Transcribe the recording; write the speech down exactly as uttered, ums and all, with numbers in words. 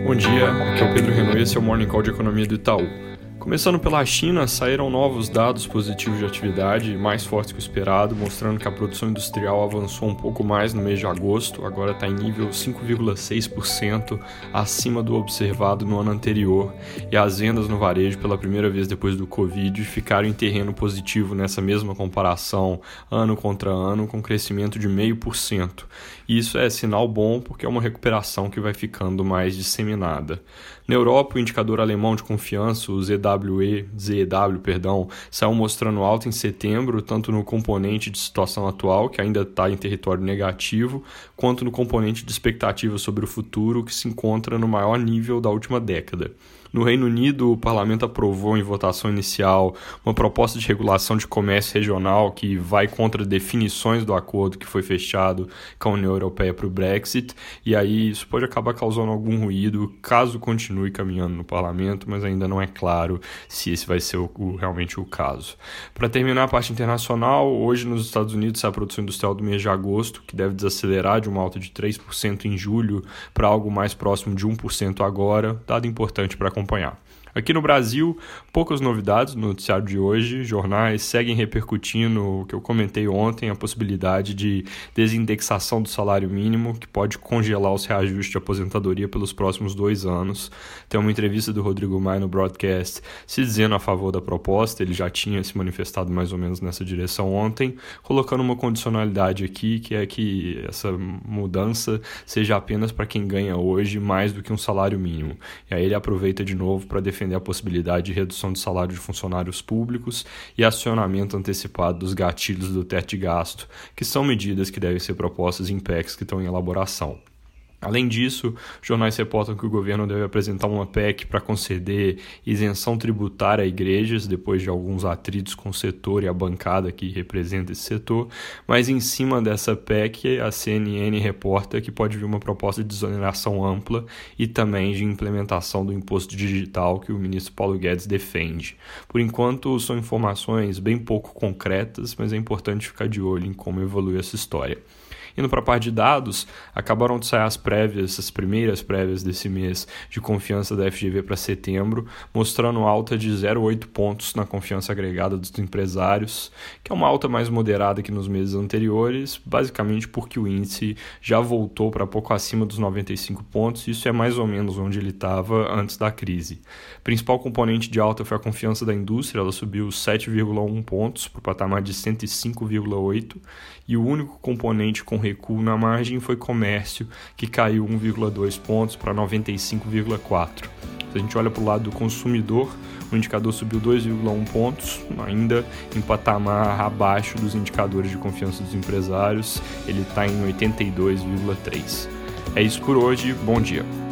Bom dia, aqui é o Pedro Renault e esse é o Morning Call de Economia do Itaú. Começando pela China, saíram novos dados positivos de atividade, mais fortes que o esperado, mostrando que a produção industrial avançou um pouco mais no mês de agosto, agora está em nível cinco vírgula seis por cento acima do observado no ano anterior, e as vendas no varejo, pela primeira vez depois do Covid, ficaram em terreno positivo nessa mesma comparação, ano contra ano, com crescimento de zero vírgula cinco por cento. Isso é sinal bom porque é uma recuperação que vai ficando mais disseminada. Na Europa, o indicador alemão de confiança, o Z W E, Z E W, perdão, saiu mostrando alta em setembro, tanto no componente de situação atual, que ainda está em território negativo, quanto no componente de expectativa sobre o futuro, que se encontra no maior nível da última década. No Reino Unido, o parlamento aprovou em votação inicial uma proposta de regulação de comércio regional que vai contra definições do acordo que foi fechado com a União Europeia para o Brexit, e aí isso pode acabar causando algum ruído caso continue caminhando no parlamento, mas ainda não é claro se esse vai ser o, o, realmente o caso. Para terminar a parte internacional, hoje nos Estados Unidos a produção industrial do mês de agosto, que deve desacelerar de uma alta de três por cento em julho para algo mais próximo de um por cento agora, dado importante para acompanhar. Aqui no Brasil, poucas novidades no noticiário de hoje. Jornais seguem repercutindo o que eu comentei ontem, a possibilidade de desindexação do salário mínimo, que pode congelar os reajustes de aposentadoria pelos próximos dois anos. Tem uma entrevista do Rodrigo Maia no broadcast se dizendo a favor da proposta, ele já tinha se manifestado mais ou menos nessa direção ontem, colocando uma condicionalidade aqui, que é que essa mudança seja apenas para quem ganha hoje mais do que um salário mínimo. E aí ele aproveita de novo para defender a possibilidade de redução de salário de funcionários públicos e acionamento antecipado dos gatilhos do teto de gasto, que são medidas que devem ser propostas em P E Cs que estão em elaboração. Além disso, jornais reportam que o governo deve apresentar uma P E C para conceder isenção tributária a igrejas, depois de alguns atritos com o setor e a bancada que representa esse setor, mas em cima dessa P E C, a C N N reporta que pode vir uma proposta de desoneração ampla e também de implementação do imposto digital que o ministro Paulo Guedes defende. Por enquanto, são informações bem pouco concretas, mas é importante ficar de olho em como evolui essa história. Indo para a parte de dados, acabaram de sair as prévias, as primeiras prévias desse mês de confiança da F G V para setembro, mostrando alta de zero vírgula oito pontos na confiança agregada dos empresários, que é uma alta mais moderada que nos meses anteriores, basicamente porque o índice já voltou para pouco acima dos noventa e cinco pontos, e isso é mais ou menos onde ele estava antes da crise. O principal componente de alta foi a confiança da indústria, ela subiu sete vírgula um pontos para o patamar de cento e cinco vírgula oito, e o único componente com recuo na margem foi comércio, que caiu um vírgula dois pontos para noventa e cinco vírgula quatro. Se a gente olha para o lado do consumidor, o indicador subiu dois vírgula um pontos, ainda em patamar abaixo dos indicadores de confiança dos empresários, ele está em oitenta e dois vírgula três. É isso por hoje, bom dia.